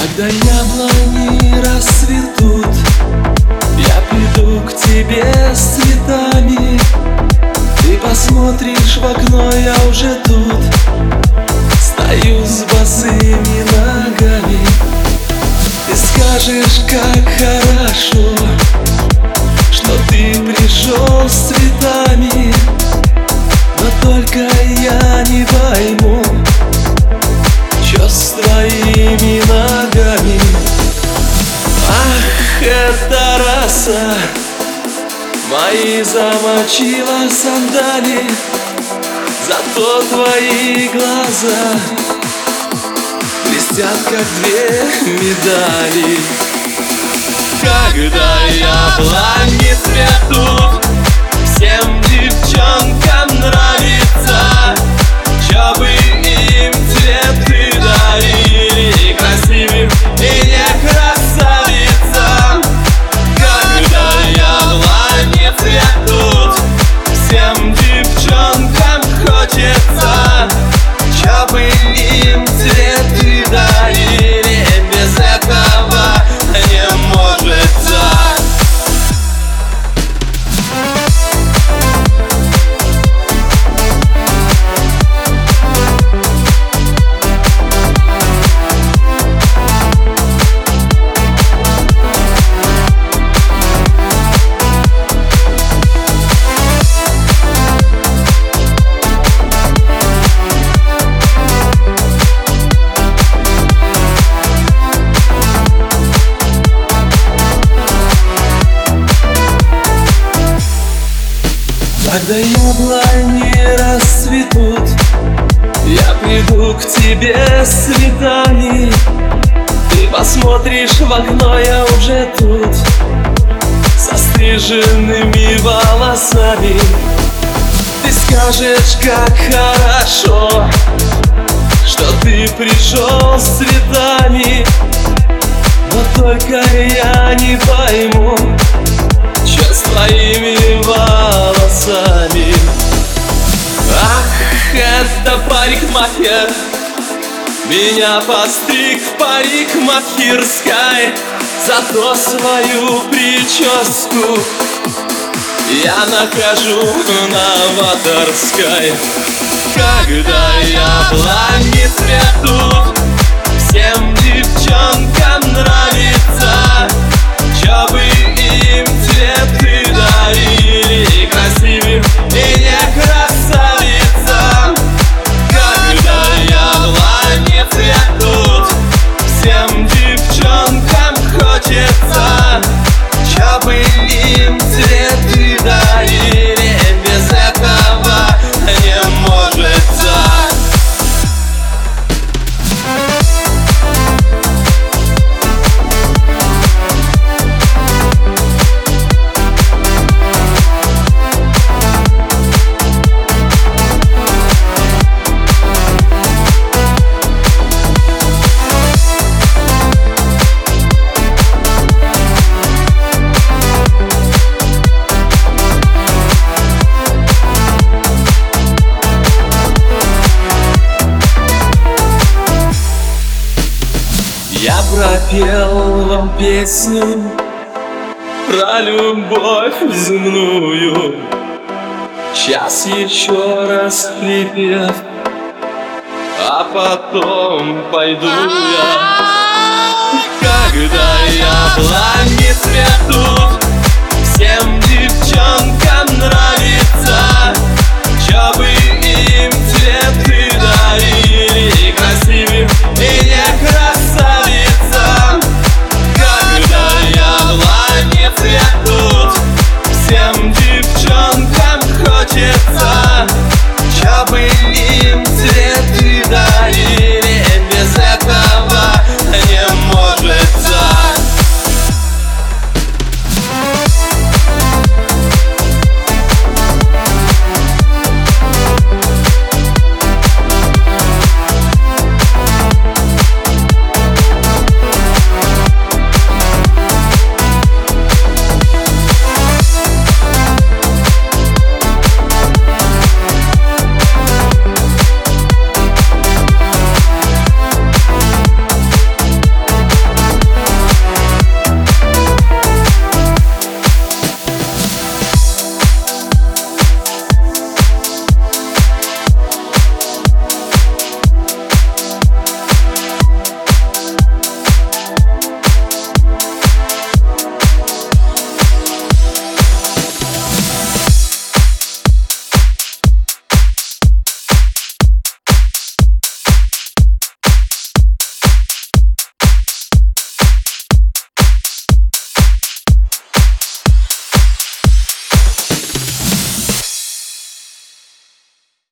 Когда яблони расцветут, я приду к тебе с цветами. Ты посмотришь в окно, я уже тут стою с босыми ногами. Ты скажешь, как хорошо, что ты пришел с цветами. Но только я не пойму, чё с твоими ногами. Ах, эта роса мои замочила сандали, зато твои глаза блестят, как две медали. Когда яблони цветут, всем девчонкам нравится, чё бы им цветы дарили красивым и не красавицам. Когда яблони цветут, всем девчонкам хочется, чё бы им цветы дарили, без этого не может. Когда яблони расцветут, я приду к тебе с цветами. Ты посмотришь в окно, я уже тут со стриженными волосами. Ты скажешь, как хорошо, что ты пришел с цветами. Но только я не пойму, чё с твоими волосами. Ах, это парикмахер меня постриг в парикмахерской, зато свою прическу я нахожу новаторской. Когда яблони цветут, всем девчонкам нравится, чё бы им цветы дарили красивым и не красавицам. Когда яблони цветут, всем девчонкам хочется, чё бы им цветы дарили, без этого не может. Я пропел вам песню про любовь земную, сейчас еще раз припев, а потом пойду я. Когда яблони цветут, всем девчонкам нравится, чё бы